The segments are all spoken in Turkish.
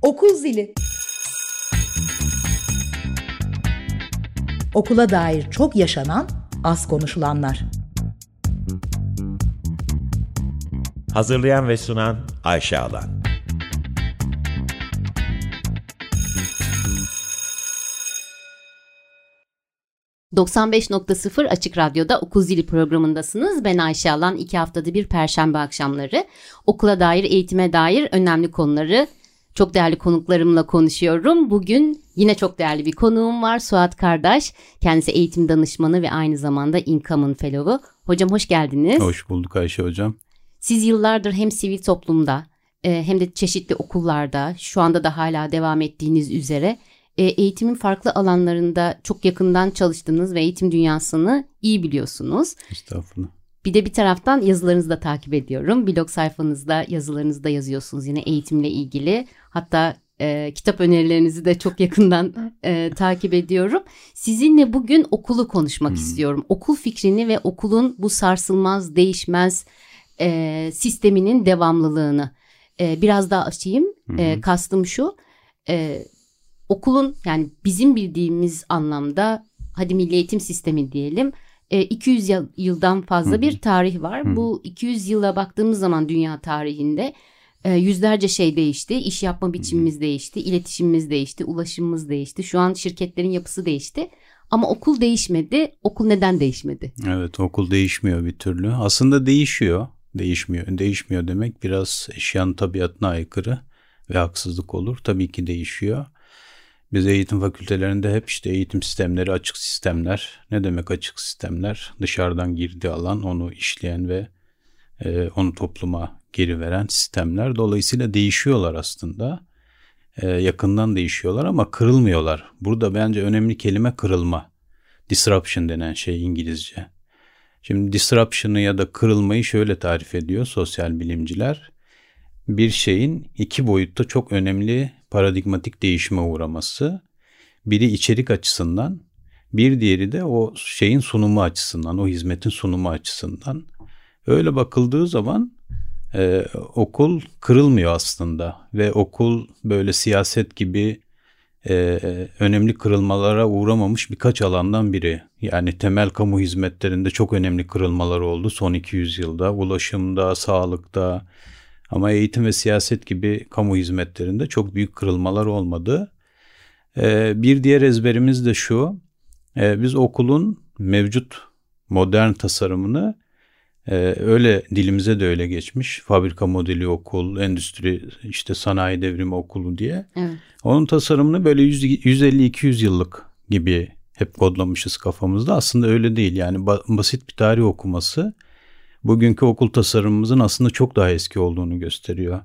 Okul zili. Okula dair çok yaşanan, az konuşulanlar. Hazırlayan ve sunan Ayşe Alan. ...95.0 Açık Radyo'da Okul Zili programındasınız. Ben Ayşe Alan. 2 haftada bir Perşembe akşamları okula dair, eğitime dair önemli konuları çok değerli konuklarımla konuşuyorum. Bugün yine çok değerli bir konuğum var. Suat Kardaş. Kendisi eğitim danışmanı ve aynı zamanda Income'ın Fellow'u. Hocam hoş geldiniz. Hoş bulduk Ayşe hocam. Siz yıllardır hem sivil toplumda hem de çeşitli okullarda, şu anda da hala devam ettiğiniz üzere eğitimin farklı alanlarında çok yakından çalıştınız ve eğitim dünyasını iyi biliyorsunuz. Estağfurullah. Bir de bir taraftan yazılarınızı da takip ediyorum. Blog sayfanızda yazılarınızı da yazıyorsunuz yine eğitimle ilgili. Hatta kitap önerilerinizi de çok yakından takip ediyorum. Sizinle bugün okulu konuşmak istiyorum. Okul fikrini ve okulun bu sarsılmaz, değişmez sisteminin devamlılığını biraz daha açayım. Kastım şu, okulun, yani bizim bildiğimiz anlamda, hadi milli eğitim sistemi diyelim, 200 yıldan fazla bir tarih var. Bu 200 yıla baktığımız zaman dünya tarihinde yüzlerce şey değişti. İş yapma biçimimiz değişti, iletişimimiz değişti, ulaşımımız değişti. Şu an şirketlerin yapısı değişti. Ama okul değişmedi. Okul neden değişmedi? Evet, okul değişmiyor bir türlü. Aslında değişiyor. Değişmiyor demek biraz eşyanın tabiatına aykırı ve haksızlık olur. Tabii ki değişiyor. Biz eğitim fakültelerinde hep işte eğitim sistemleri açık sistemler. Ne demek açık sistemler? Dışarıdan girdiği alan, onu işleyen ve onu topluma geri veren sistemler. Dolayısıyla değişiyorlar aslında. Yakından değişiyorlar ama kırılmıyorlar. Burada bence önemli kelime kırılma. Disruption denen şey İngilizce. Şimdi disruption'ı ya da kırılmayı şöyle tarif ediyor sosyal bilimciler. Bir şeyin iki boyutta çok önemli paradigmatik değişime uğraması. Biri içerik açısından, bir diğeri de o şeyin sunumu açısından, o hizmetin sunumu açısından. Öyle bakıldığı zaman okul kırılmıyor aslında ve okul böyle siyaset gibi önemli kırılmalara uğramamış birkaç alandan biri. Yani temel kamu hizmetlerinde çok önemli kırılmalar oldu son 200 yılda, ulaşımda, sağlıkta. Ama eğitim ve siyaset gibi kamu hizmetlerinde çok büyük kırılmalar olmadı. Bir diğer ezberimiz de şu, biz okulun mevcut modern tasarımını öyle dilimize de öyle geçmiş. Fabrika modeli okul, endüstri, işte sanayi devrimi okulu diye. Evet. Onun tasarımını böyle 150-200 yıllık gibi hep kodlamışız kafamızda. Aslında öyle değil. Yani basit bir tarih okuması bugünkü okul tasarımımızın aslında çok daha eski olduğunu gösteriyor.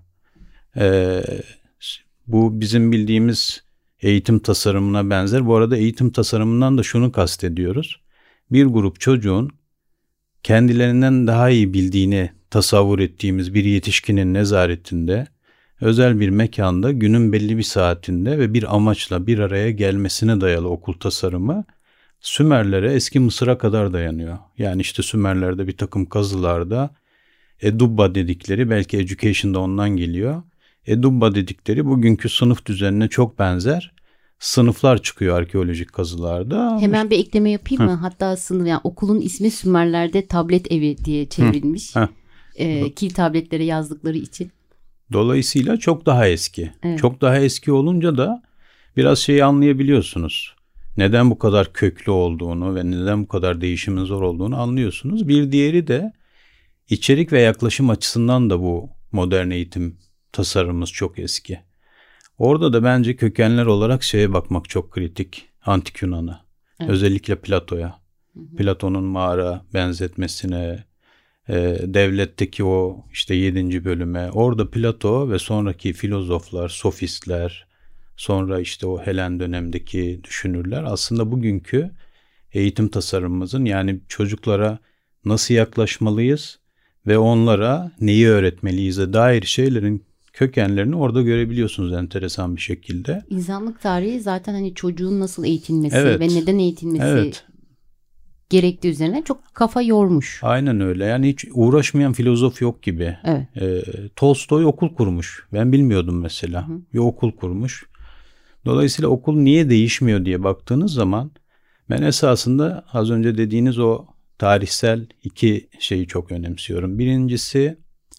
Bu bizim bildiğimiz eğitim tasarımına benzer. Bu arada eğitim tasarımından da şunu kastediyoruz. Bir grup çocuğun kendilerinden daha iyi bildiğini tasavvur ettiğimiz bir yetişkinin nezaretinde, özel bir mekanda, günün belli bir saatinde ve bir amaçla bir araya gelmesine dayalı okul tasarımı Sümerlere, eski Mısır'a kadar dayanıyor. Yani işte Sümerlerde bir takım kazılarda Edubba dedikleri, belki education'da ondan geliyor. Edubba dedikleri bugünkü sınıf düzenine çok benzer sınıflar çıkıyor arkeolojik kazılarda. Hemen bir ekleme yapayım mı? Hatta sınıf, yani okulun ismi Sümerler'de tablet evi diye çevrilmiş. Kil tabletlere yazdıkları için. Dolayısıyla çok daha eski. Evet. Çok daha eski olunca da biraz şeyi anlayabiliyorsunuz. Neden bu kadar köklü olduğunu ve neden bu kadar değişimin zor olduğunu anlıyorsunuz. Bir diğeri de içerik ve yaklaşım açısından da bu modern eğitim tasarımımız çok eski. Orada da bence kökenler olarak şeye bakmak çok kritik. Antik Yunan'a. Evet. Özellikle Plato'ya. Platon'un mağara benzetmesine, devletteki o işte 7. bölüme. Orada Plato ve sonraki filozoflar, sofistler, sonra işte o Helen dönemdeki düşünürler aslında bugünkü eğitim tasarımımızın, yani çocuklara nasıl yaklaşmalıyız ve onlara neyi öğretmeliyiz'e dair şeylerin kökenlerini orada görebiliyorsunuz enteresan bir şekilde. İnsanlık tarihi zaten hani çocuğun nasıl eğitilmesi ve neden eğitilmesi gerektiği üzerine çok kafa yormuş. Aynen öyle. Yani hiç uğraşmayan filozof yok gibi. Evet. Tolstoy okul kurmuş. Ben bilmiyordum mesela. Bir okul kurmuş. Dolayısıyla okul niye değişmiyor diye baktığınız zaman ben esasında az önce dediğiniz o tarihsel iki şeyi çok önemsiyorum. Birincisi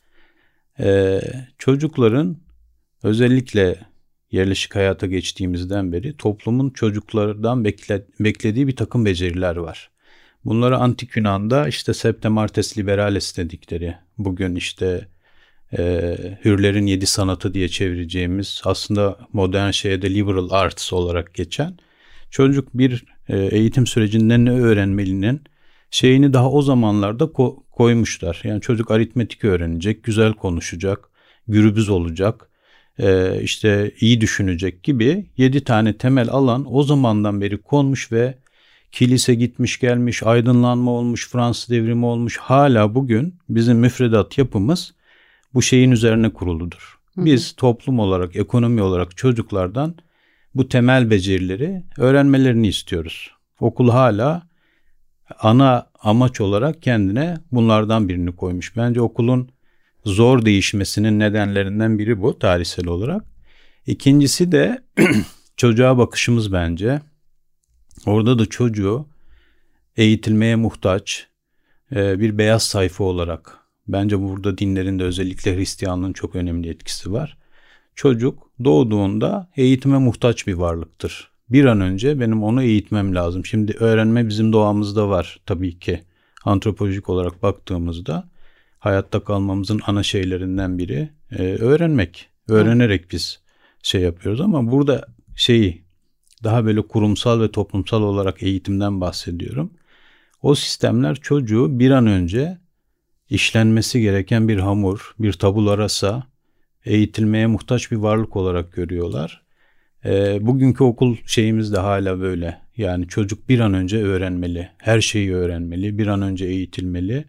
çocukların özellikle yerleşik hayata geçtiğimizden beri toplumun çocuklardan beklediği bir takım beceriler var. Bunları Antik Yunan'da işte Septem Artes Liberales dedikleri, bugün işte hürlerin 7 sanatı diye çevireceğimiz, aslında modern şeyde liberal arts olarak geçen, çocuk bir eğitim sürecinde ne öğrenmelinin şeyini daha o zamanlarda koymuşlar. Yani çocuk aritmetik öğrenecek, güzel konuşacak, gürbüz olacak, işte iyi düşünecek gibi 7 tane temel alan o zamandan beri konmuş ve kilise gitmiş gelmiş, aydınlanma olmuş, Fransız devrimi olmuş. Hala bugün bizim müfredat yapımız bu şeyin üzerine kuruludur. Biz toplum olarak, ekonomi olarak çocuklardan bu temel becerileri öğrenmelerini istiyoruz. Okul hala ana amaç olarak kendine bunlardan birini koymuş. Bence okulun zor değişmesinin nedenlerinden biri bu tarihsel olarak. İkincisi de çocuğa bakışımız bence. Orada da çocuğu eğitilmeye muhtaç bir beyaz sayfa olarak, bence burada dinlerin de özellikle Hristiyanlığın çok önemli etkisi var. Çocuk doğduğunda eğitime muhtaç bir varlıktır. Bir an önce benim onu eğitmem lazım. Şimdi öğrenme bizim doğamızda var tabii ki. Antropolojik olarak baktığımızda hayatta kalmamızın ana şeylerinden biri öğrenmek. Öğrenerek biz şey yapıyoruz ama burada daha böyle kurumsal ve toplumsal olarak eğitimden bahsediyorum. O sistemler çocuğu bir an önce işlenmesi gereken bir hamur, bir tabula rasa, eğitilmeye muhtaç bir varlık olarak görüyorlar. Bugünkü okul şeyimiz de hala böyle. Yani çocuk bir an önce öğrenmeli, her şeyi öğrenmeli, bir an önce eğitilmeli.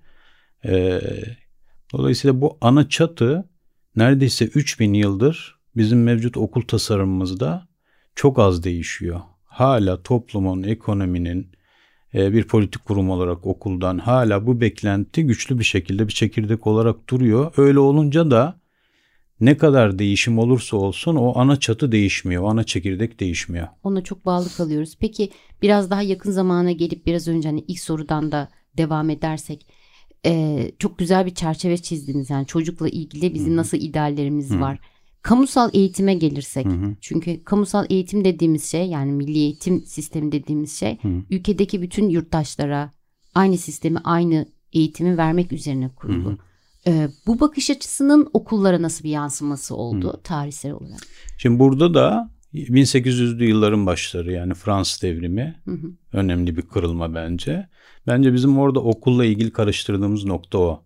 Dolayısıyla bu ana çatı neredeyse 3000 yıldır bizim mevcut okul tasarımımızda çok az değişiyor. Hala toplumun, ekonominin bir politik kurum olarak okuldan hala bu beklenti güçlü bir şekilde bir çekirdek olarak duruyor. Öyle olunca da ne kadar değişim olursa olsun o ana çatı değişmiyor, o ana çekirdek değişmiyor. Ona çok bağlı kalıyoruz. Peki biraz daha yakın zamana gelip biraz önce hani ilk sorudan da devam edersek, çok güzel bir çerçeve çizdiniz. Yani çocukla ilgili bizim nasıl ideallerimiz var. Kamusal eğitime gelirsek, çünkü kamusal eğitim dediğimiz şey, yani milli eğitim sistemi dediğimiz şey ülkedeki bütün yurttaşlara aynı sistemi, aynı eğitimi vermek üzerine kurulu. Bu bakış açısının okullara nasıl bir yansıması oldu tarihsel olarak? Şimdi burada da 1800'lü yılların başları, yani Fransız devrimi önemli bir kırılma bence. Bence bizim orada okulla ilgili karıştırdığımız nokta o.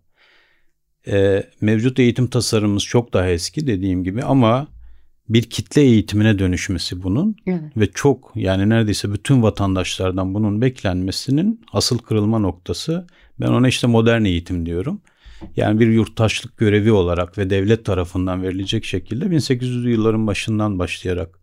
Mevcut eğitim tasarımımız çok daha eski dediğim gibi ama bir kitle eğitimine dönüşmesi bunun ve çok, yani neredeyse bütün vatandaşlardan bunun beklenmesinin asıl kırılma noktası, ben ona işte modern eğitim diyorum. Yani bir yurttaşlık görevi olarak ve devlet tarafından verilecek şekilde 1800'lü yılların başından başlayarak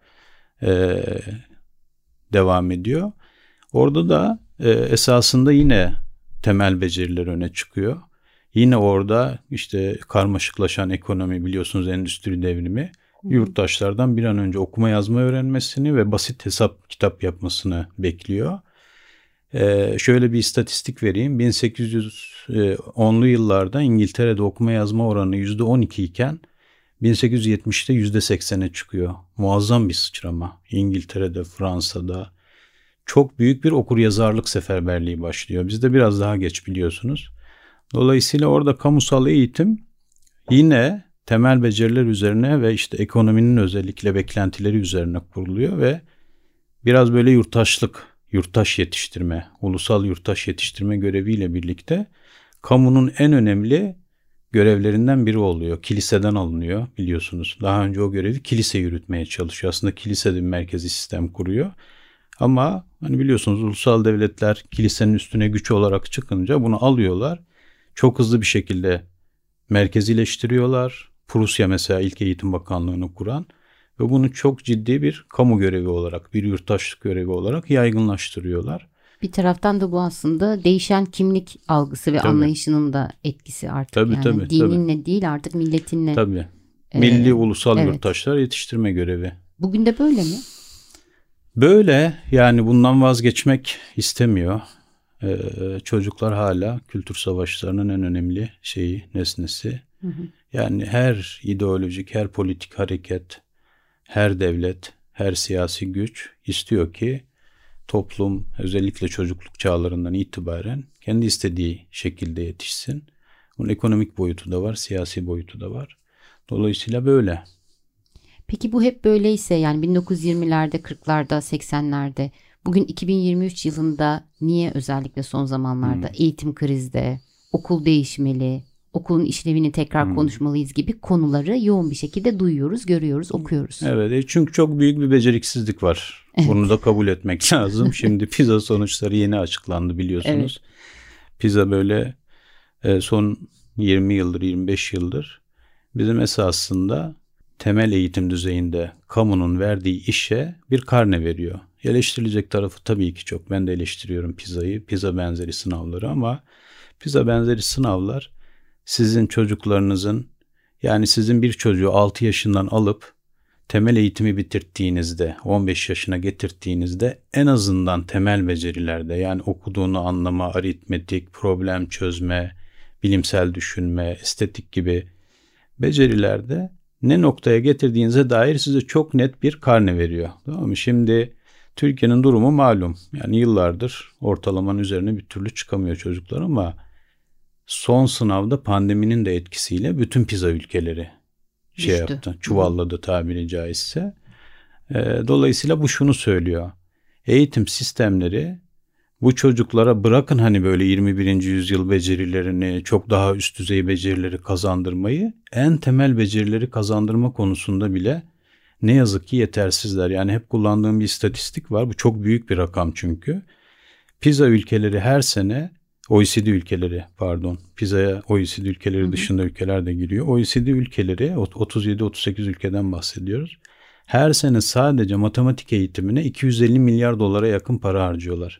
devam ediyor. Orada da esasında yine temel beceriler öne çıkıyor. Yine orada işte karmaşıklaşan ekonomi, biliyorsunuz endüstri devrimi, yurttaşlardan bir an önce okuma yazma öğrenmesini ve basit hesap kitap yapmasını bekliyor. Şöyle bir istatistik vereyim. 1810'lu yıllarda İngiltere'de okuma yazma oranı %12 iken 1870'te %80'e çıkıyor. Muazzam bir sıçrama. İngiltere'de, Fransa'da çok büyük bir okuryazarlık seferberliği başlıyor. Bizde biraz daha geç, biliyorsunuz. Dolayısıyla orada kamusal eğitim yine temel beceriler üzerine ve işte ekonominin özellikle beklentileri üzerine kuruluyor ve biraz böyle yurttaş yetiştirme, ulusal yurttaş yetiştirme göreviyle birlikte kamunun en önemli görevlerinden biri oluyor. Kiliseden alınıyor, biliyorsunuz. Daha önce o görevi kilise yürütmeye çalışıyor. Aslında kilise de bir merkezi sistem kuruyor. Ama hani biliyorsunuz ulusal devletler kilisenin üstüne güç olarak çıkınca bunu alıyorlar. Çok hızlı bir şekilde merkezileştiriyorlar. Prusya mesela ilk eğitim bakanlığını kuran ve bunu çok ciddi bir kamu görevi olarak, bir yurttaşlık görevi olarak yaygınlaştırıyorlar. Bir taraftan da bu aslında değişen kimlik algısı ve anlayışının da etkisi artık. Tabii, dininle değil artık milletinle. Tabii. Milli ulusal evet. yurttaşlar yetiştirme görevi. Bugün de böyle mi? Böyle, yani bundan vazgeçmek istemiyor. Çocuklar hala kültür savaşlarının en önemli nesnesi. Hı hı. Yani her ideolojik, her politik hareket, her devlet, her siyasi güç istiyor ki toplum özellikle çocukluk çağlarından itibaren kendi istediği şekilde yetişsin. Bunun ekonomik boyutu da var, siyasi boyutu da var. Dolayısıyla böyle. Peki bu hep böyleyse, yani 1920'lerde, 40'larda, 80'lerde, bugün 2023 yılında niye özellikle son zamanlarda eğitim krizde, okul değişmeli, okulun işlevini tekrar konuşmalıyız gibi konuları yoğun bir şekilde duyuyoruz, görüyoruz, okuyoruz. Evet, çünkü çok büyük bir beceriksizlik var. Evet. Bunu da kabul etmek lazım. Şimdi PISA sonuçları yeni açıklandı, biliyorsunuz. Evet. PISA böyle son 20 yıldır, 25 yıldır bizim esasında temel eğitim düzeyinde kamunun verdiği işe bir karne veriyor. Eleştirilecek tarafı tabii ki çok. Ben de eleştiriyorum PISA'yı, PISA benzeri sınavları, ama PISA benzeri sınavlar sizin çocuklarınızın, yani sizin bir çocuğu 6 yaşından alıp temel eğitimi bitirttiğinizde, 15 yaşına getirttiğinizde en azından temel becerilerde, yani okuduğunu anlama, aritmetik, problem çözme, bilimsel düşünme, estetik gibi becerilerde ne noktaya getirdiğinize dair size çok net bir karne veriyor. Tamam mı? Şimdi Türkiye'nin durumu malum. Yani yıllardır ortalamanın üzerine bir türlü çıkamıyor çocuklar, ama son sınavda pandeminin de etkisiyle bütün PISA ülkeleri yaptı. Çuvalladı tabiri caizse. Dolayısıyla bu şunu söylüyor. Eğitim sistemleri bu çocuklara bırakın hani böyle 21. yüzyıl becerilerini, çok daha üst düzey becerileri kazandırmayı, en temel becerileri kazandırma konusunda bile ne yazık ki yetersizler. Yani hep kullandığım bir istatistik var. Bu çok büyük bir rakam çünkü. PISA ülkeleri her sene, PISA'ya OECD ülkeleri dışında ülkeler de giriyor. OECD ülkeleri, 37-38 ülkeden bahsediyoruz. Her sene sadece matematik eğitimine 250 milyar dolara yakın para harcıyorlar.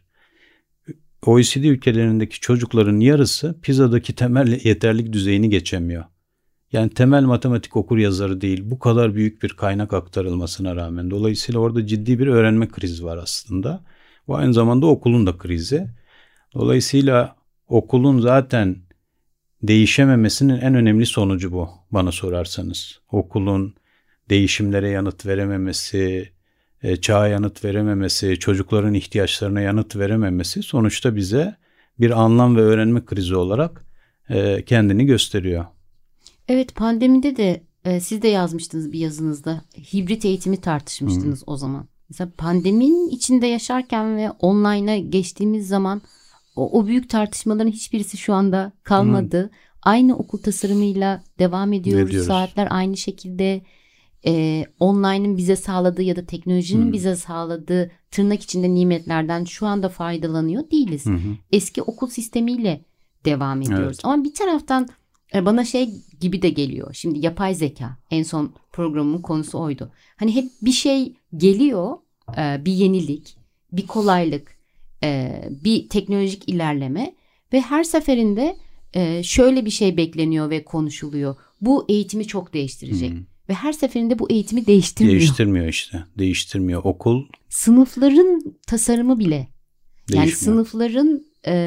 OECD ülkelerindeki çocukların yarısı PISA'daki temel yeterlilik düzeyini geçemiyor. Yani temel matematik okur yazarı değil, bu kadar büyük bir kaynak aktarılmasına rağmen. Dolayısıyla orada ciddi bir öğrenme krizi var aslında. Bu aynı zamanda okulun da krizi. Dolayısıyla okulun zaten değişememesinin en önemli sonucu bu, bana sorarsanız. Okulun değişimlere yanıt verememesi, çağa yanıt verememesi, çocukların ihtiyaçlarına yanıt verememesi sonuçta bize bir anlam ve öğrenme krizi olarak kendini gösteriyor. Evet, pandemide de siz de yazmıştınız bir yazınızda, hibrit eğitimi tartışmıştınız o zaman. Mesela pandeminin içinde yaşarken ve online'a geçtiğimiz zaman o büyük tartışmaların hiçbirisi şu anda kalmadı. Aynı okul tasarımıyla devam ediyoruz. Saatler aynı şekilde. Online'ın bize sağladığı ya da teknolojinin bize sağladığı tırnak içinde nimetlerden şu anda faydalanıyor değiliz. Eski okul sistemiyle devam ediyoruz. Evet. Ama bir taraftan bana gibi de geliyor. Şimdi yapay zeka, en son programımın konusu oydu. Hani hep bir şey geliyor, bir yenilik, bir kolaylık, bir teknolojik ilerleme ve her seferinde şöyle bir şey bekleniyor ve konuşuluyor. Bu eğitimi çok değiştirecek. Ve her seferinde bu eğitimi değiştirmiyor. Değiştirmiyor. Okul. Sınıfların tasarımı bile. Değişmiyor. Yani sınıfların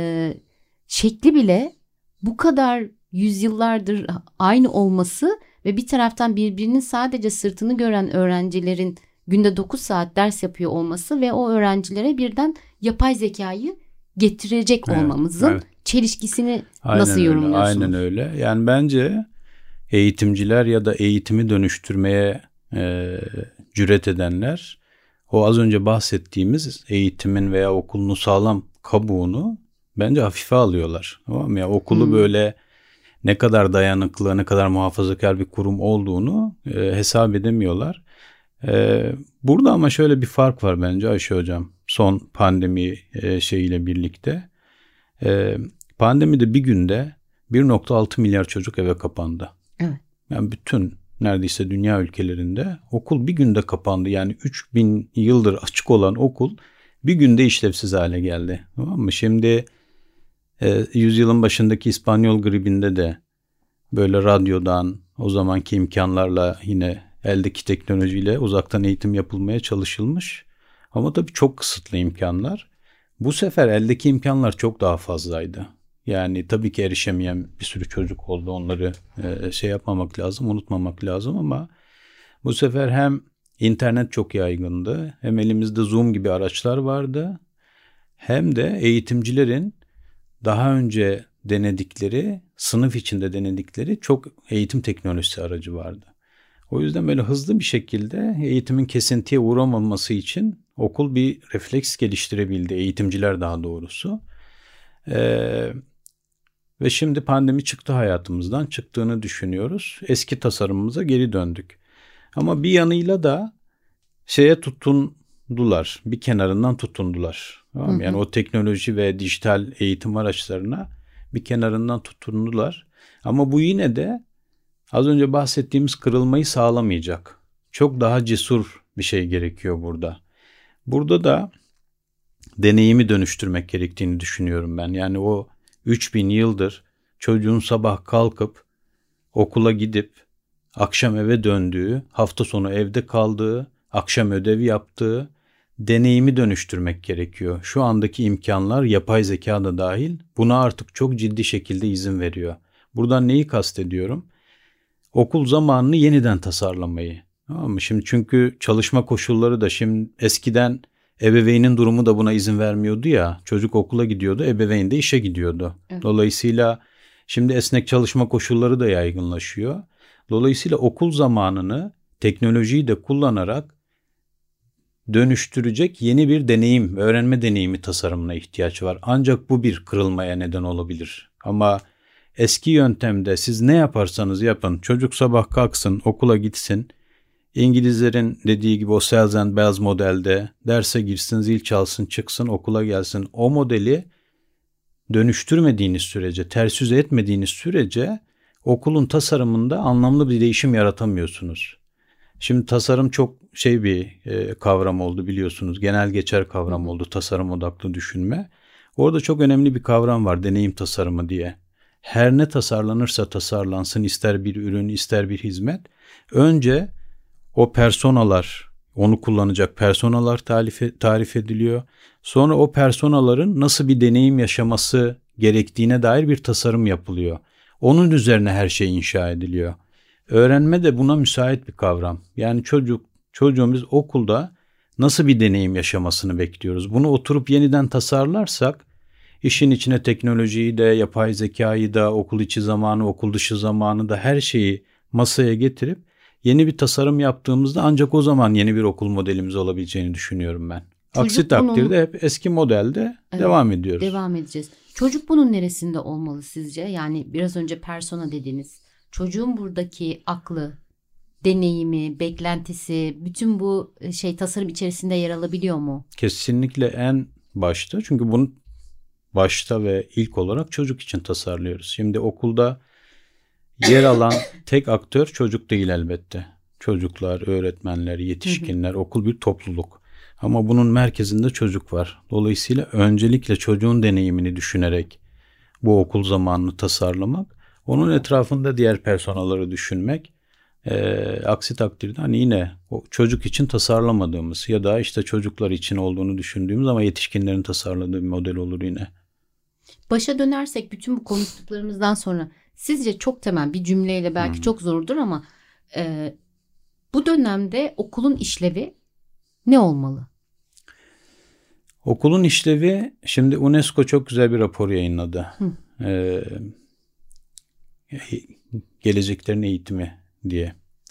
şekli bile bu kadar yüzyıllardır aynı olması ve bir taraftan birbirinin sadece sırtını gören öğrencilerin günde 9 saat ders yapıyor olması ve o öğrencilere birden yapay zekayı getirecek olmamızın çelişkisini nasıl yorumluyorsunuz? Aynen öyle. Yani bence eğitimciler ya da eğitimi dönüştürmeye cüret edenler, o az önce bahsettiğimiz eğitimin veya okulun sağlam kabuğunu bence hafife alıyorlar. Tamam mı? Ya okulu böyle ne kadar dayanıklı, ne kadar muhafazakar bir kurum olduğunu hesap edemiyorlar. Burada ama şöyle bir fark var bence Ayşe Hocam. Son pandemi şeyiyle birlikte. Pandemide bir günde 1.6 milyar çocuk eve kapandı. Evet. Yani bütün neredeyse dünya ülkelerinde okul bir günde kapandı. Yani 3000 yıldır açık olan okul bir günde işlevsiz hale geldi. Tamam mı? Şimdi yüzyılın başındaki İspanyol gribinde de böyle radyodan, o zamanki imkanlarla, yine eldeki teknolojiyle uzaktan eğitim yapılmaya çalışılmış. Ama tabii çok kısıtlı imkanlar. Bu sefer eldeki imkanlar çok daha fazlaydı. Yani tabii ki erişemeyen bir sürü çocuk oldu. Onları yapmamak lazım, unutmamak lazım ama bu sefer hem internet çok yaygındı, hem elimizde Zoom gibi araçlar vardı, hem de eğitimcilerin daha önce denedikleri, sınıf içinde denedikleri çok eğitim teknolojisi aracı vardı. O yüzden böyle hızlı bir şekilde eğitimin kesintiye uğramaması için okul bir refleks geliştirebildi, eğitimciler daha doğrusu. Ve şimdi pandemi çıktı hayatımızdan, çıktığını düşünüyoruz. Eski tasarımımıza geri döndük. Ama bir yanıyla da tutundular, bir kenarından tutundular. Tamam mı? Yani o teknoloji ve dijital eğitim araçlarına bir kenarından tutundular. Ama bu yine de az önce bahsettiğimiz kırılmayı sağlamayacak. Çok daha cesur bir şey gerekiyor burada. Burada da deneyimi dönüştürmek gerektiğini düşünüyorum ben. Yani o 3000 yıldır çocuğun sabah kalkıp okula gidip akşam eve döndüğü, hafta sonu evde kaldığı, akşam ödevi yaptığı deneyimi dönüştürmek gerekiyor. Şu andaki imkanlar, yapay zeka da dahil, buna artık çok ciddi şekilde izin veriyor. Buradan neyi kastediyorum? Okul zamanını yeniden tasarlamayı. Tamam mı? Şimdi çünkü çalışma koşulları da, şimdi eskiden ebeveynin durumu da buna izin vermiyordu ya. Çocuk okula gidiyordu, ebeveyn de işe gidiyordu. Evet. Dolayısıyla şimdi esnek çalışma koşulları da yaygınlaşıyor. Dolayısıyla okul zamanını teknolojiyi de kullanarak dönüştürecek yeni bir deneyim, öğrenme deneyimi tasarımına ihtiyaç var. Ancak bu bir kırılmaya neden olabilir. Ama eski yöntemde siz ne yaparsanız yapın, çocuk sabah kalksın, okula gitsin, İngilizlerin dediği gibi o Cells and Bells modelde derse girsin, zil çalsın, çıksın, okula gelsin. O modeli dönüştürmediğiniz sürece, ters yüz etmediğiniz sürece okulun tasarımında anlamlı bir değişim yaratamıyorsunuz. Şimdi tasarım çok bir kavram oldu biliyorsunuz. Genel geçer kavram oldu, tasarım odaklı düşünme. Orada çok önemli bir kavram var, deneyim tasarımı diye. Her ne tasarlanırsa tasarlansın, ister bir ürün, ister bir hizmet, önce o personalar, onu kullanacak personalar tarif ediliyor. Sonra o personaların nasıl bir deneyim yaşaması gerektiğine dair bir tasarım yapılıyor. Onun üzerine her şey inşa ediliyor. Öğrenme de buna müsait bir kavram. Yani çocuğumuz okulda nasıl bir deneyim yaşamasını bekliyoruz. Bunu oturup yeniden tasarlarsak, işin içine teknolojiyi de, yapay zekayı da, okul içi zamanı, okul dışı zamanı da, her şeyi masaya getirip yeni bir tasarım yaptığımızda ancak o zaman yeni bir okul modelimiz olabileceğini düşünüyorum ben. Aksi takdirde hep eski modelde devam ediyoruz. Devam edeceğiz. Çocuk bunun neresinde olmalı sizce? Yani biraz önce persona dediniz. Çocuğun buradaki aklı, deneyimi, beklentisi, bütün bu tasarım içerisinde yer alabiliyor mu? Kesinlikle en başta. Çünkü bunu başta ve ilk olarak çocuk için tasarlıyoruz. Şimdi okulda yer alan tek aktör çocuk değil elbette. Çocuklar, öğretmenler, yetişkinler, okul bir topluluk. Ama bunun merkezinde çocuk var. Dolayısıyla öncelikle çocuğun deneyimini düşünerek bu okul zamanını tasarlamak, onun etrafında diğer personaları düşünmek. Aksi takdirde yine o çocuk için tasarlamadığımız ya da çocuklar için olduğunu düşündüğümüz ama yetişkinlerin tasarladığı bir model olur yine. Başa dönersek bütün bu konuştuklarımızdan sonra sizce çok temel bir cümleyle belki çok zordur ama bu dönemde okulun işlevi ne olmalı? Okulun işlevi, şimdi UNESCO çok güzel bir rapor yayınladı. Geleceklerin eğitimi diye.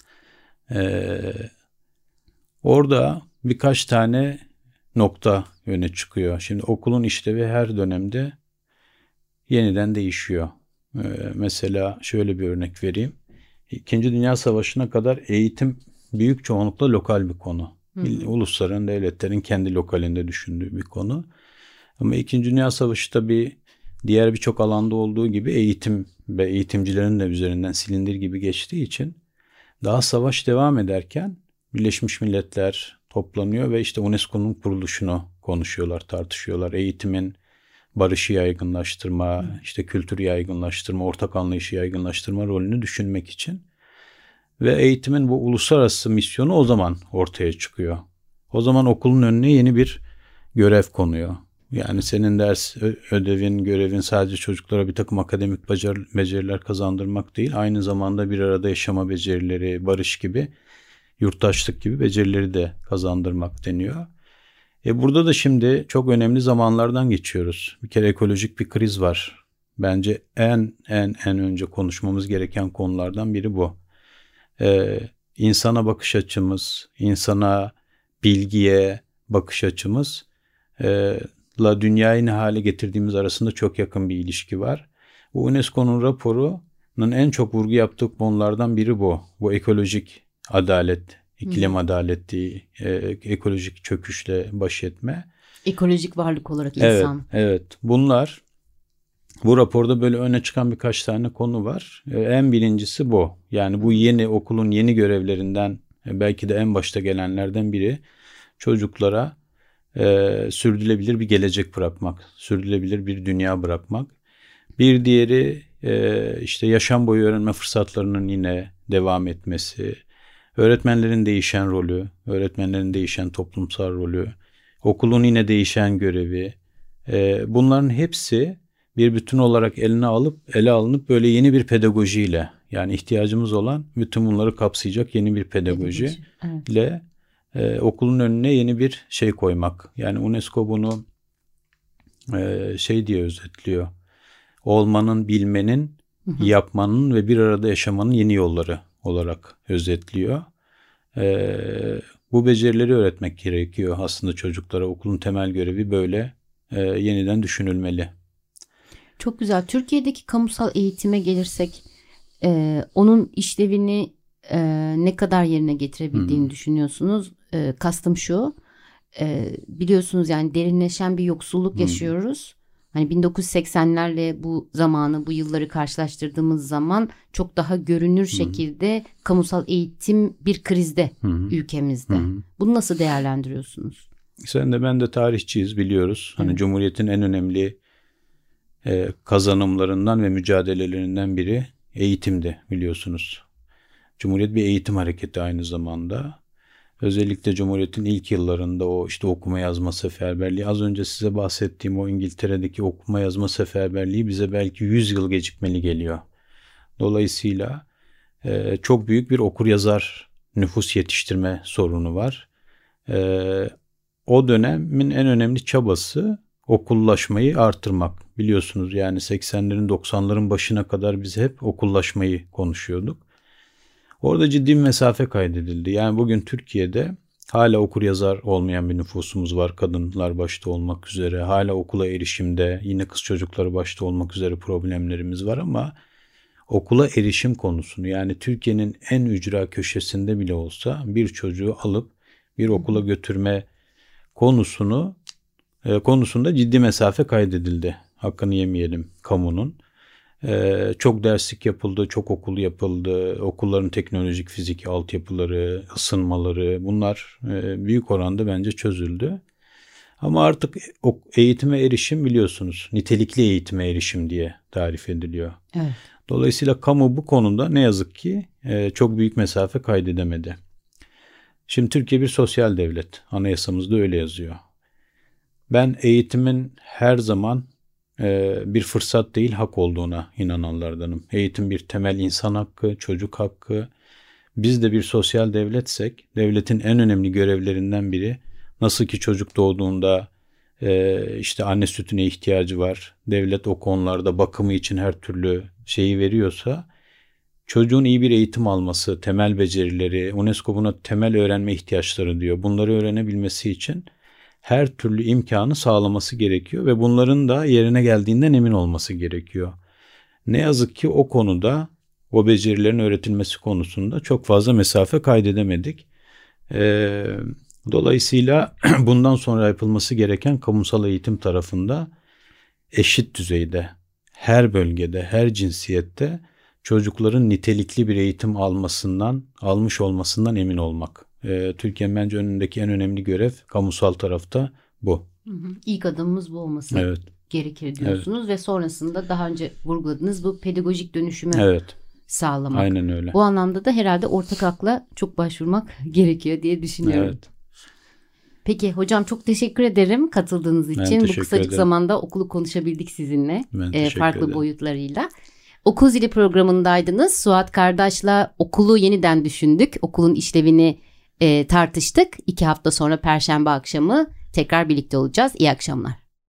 Orada birkaç tane nokta öne çıkıyor. Şimdi okulun işlevi her dönemde yeniden değişiyor. Mesela şöyle bir örnek vereyim. İkinci Dünya Savaşı'na kadar eğitim büyük çoğunlukla lokal bir konu. Ulusların, devletlerin kendi lokalinde düşündüğü bir konu. Ama İkinci Dünya Savaşı tabii diğer birçok alanda olduğu gibi eğitim ve eğitimcilerin de üzerinden silindir gibi geçtiği için daha savaş devam ederken Birleşmiş Milletler toplanıyor ve UNESCO'nun kuruluşunu konuşuyorlar, tartışıyorlar. Eğitimin barışı yaygınlaştırma, işte kültürü yaygınlaştırma, ortak anlayışı yaygınlaştırma rolünü düşünmek için. Ve eğitimin bu uluslararası misyonu o zaman ortaya çıkıyor. O zaman okulun önüne yeni bir görev konuyor. Yani senin ders ödevin, görevin sadece çocuklara bir takım akademik beceriler kazandırmak değil, aynı zamanda bir arada yaşama becerileri, barış gibi, yurttaşlık gibi becerileri de kazandırmak deniyor. Burada da şimdi çok önemli zamanlardan geçiyoruz. Bir kere ekolojik bir kriz var. Bence en önce konuşmamız gereken konulardan biri bu. İnsana bakış açımız, insana, bilgiye bakış açımız la dünyayı ne hale getirdiğimiz arasında çok yakın bir ilişki var. Bu UNESCO'nun raporunun en çok vurgu yaptığı konulardan biri bu. Bu ekolojik adalet, iklim adaleti, ekolojik çöküşle baş etme. Ekolojik varlık olarak insan. Evet. Bu raporda böyle öne çıkan birkaç tane konu var. En birincisi bu. Yani bu okulun yeni görevlerinden, belki de en başta gelenlerden biri, çocuklara sürdürülebilir bir gelecek bırakmak, sürdürülebilir bir dünya bırakmak. Bir diğeri işte yaşam boyu öğrenme fırsatlarının yine devam etmesi, öğretmenlerin değişen rolü, öğretmenlerin değişen toplumsal rolü, okulun yine değişen görevi. Bunların hepsi bir bütün olarak ele alınıp böyle yeni bir pedagojiyle, yani ihtiyacımız olan bütün bunları kapsayacak yeni bir pedagojiyle okulun önüne yeni bir şey koymak. Yani UNESCO bunu diye özetliyor. Olmanın, bilmenin, yapmanın ve bir arada yaşamanın yeni yolları olarak özetliyor. Bu becerileri öğretmek gerekiyor aslında çocuklara. Okulun temel görevi böyle yeniden düşünülmeli. Çok güzel. Türkiye'deki kamusal eğitime gelirsek onun işlevini ne kadar yerine getirebildiğini düşünüyorsunuz? Kastım şu, biliyorsunuz yani derinleşen bir yoksulluk yaşıyoruz. Hani 1980'lerle bu zamanı, bu yılları karşılaştırdığımız zaman çok daha görünür şekilde kamusal eğitim bir krizde ülkemizde. Bunu nasıl değerlendiriyorsunuz? Sen de ben de tarihçiyiz, biliyoruz. Hani Cumhuriyet'in en önemli kazanımlarından ve mücadelelerinden biri eğitimdi, biliyorsunuz. Cumhuriyet bir eğitim hareketi aynı zamanda. Özellikle Cumhuriyet'in ilk yıllarında o işte okuma yazma seferberliği, az önce size bahsettiğim o İngiltere'deki okuma yazma seferberliği bize belki 100 yıl gecikmeli geliyor. Dolayısıyla çok büyük bir okur-yazar nüfus yetiştirme sorunu var. O dönemin en önemli çabası okullaşmayı artırmak. Biliyorsunuz yani 80'lerin 90'ların başına kadar biz hep okullaşmayı konuşuyorduk. Orada ciddi bir mesafe kaydedildi. Yani bugün Türkiye'de hala okur-yazar olmayan bir nüfusumuz var. Kadınlar başta olmak üzere. Hala okula erişimde, yine kız çocukları başta olmak üzere problemlerimiz var ama okula erişim konusunu, yani Türkiye'nin en ücra köşesinde bile olsa bir çocuğu alıp bir okula götürme konusunda ciddi mesafe kaydedildi. Hakkını yemeyelim kamunun. Çok derslik yapıldı, çok okul yapıldı. Okulların teknolojik, fiziki altyapıları, ısınmaları, bunlar büyük oranda bence çözüldü. Ama artık eğitime erişim, biliyorsunuz, nitelikli eğitime erişim diye tarif ediliyor. Evet. Dolayısıyla kamu bu konuda ne yazık ki çok büyük mesafe kaydedemedi. Şimdi Türkiye bir sosyal devlet. Anayasamızda öyle yazıyor. Ben eğitimin her zaman bir fırsat değil, hak olduğuna inananlardanım. Eğitim bir temel insan hakkı, çocuk hakkı. Biz de bir sosyal devletsek, devletin en önemli görevlerinden biri, nasıl ki çocuk doğduğunda işte anne sütüne ihtiyacı var, devlet o konularda bakımı için her türlü şeyi veriyorsa, çocuğun iyi bir eğitim alması, temel becerileri, UNESCO buna temel öğrenme ihtiyaçları diyor. Bunları öğrenebilmesi için her türlü imkanı sağlaması gerekiyor ve bunların da yerine geldiğinden emin olması gerekiyor. Ne yazık ki o konuda, o becerilerin öğretilmesi konusunda çok fazla mesafe kaydedemedik. Dolayısıyla bundan sonra yapılması gereken kamusal eğitim tarafında eşit düzeyde, her bölgede, her cinsiyette çocukların nitelikli bir eğitim almış olmasından emin olmak. Türkiye'nin bence önündeki en önemli görev kamusal tarafta bu. İlk adımımız bu olması gerekir diyorsunuz ve sonrasında daha önce vurguladığınız bu pedagojik dönüşümü sağlamak. Aynen öyle. Bu anlamda da herhalde ortak akla çok başvurmak gerekiyor diye düşünüyorum. Evet. Peki hocam, çok teşekkür ederim katıldığınız için. Bu kısacık zamanda okulu konuşabildik sizinle. Farklı boyutlarıyla. Okul Zili programındaydınız. Suat Kardaş'la okulu yeniden düşündük. Okulun işlevini tartıştık. 2 hafta sonra Perşembe akşamı tekrar birlikte olacağız. İyi akşamlar.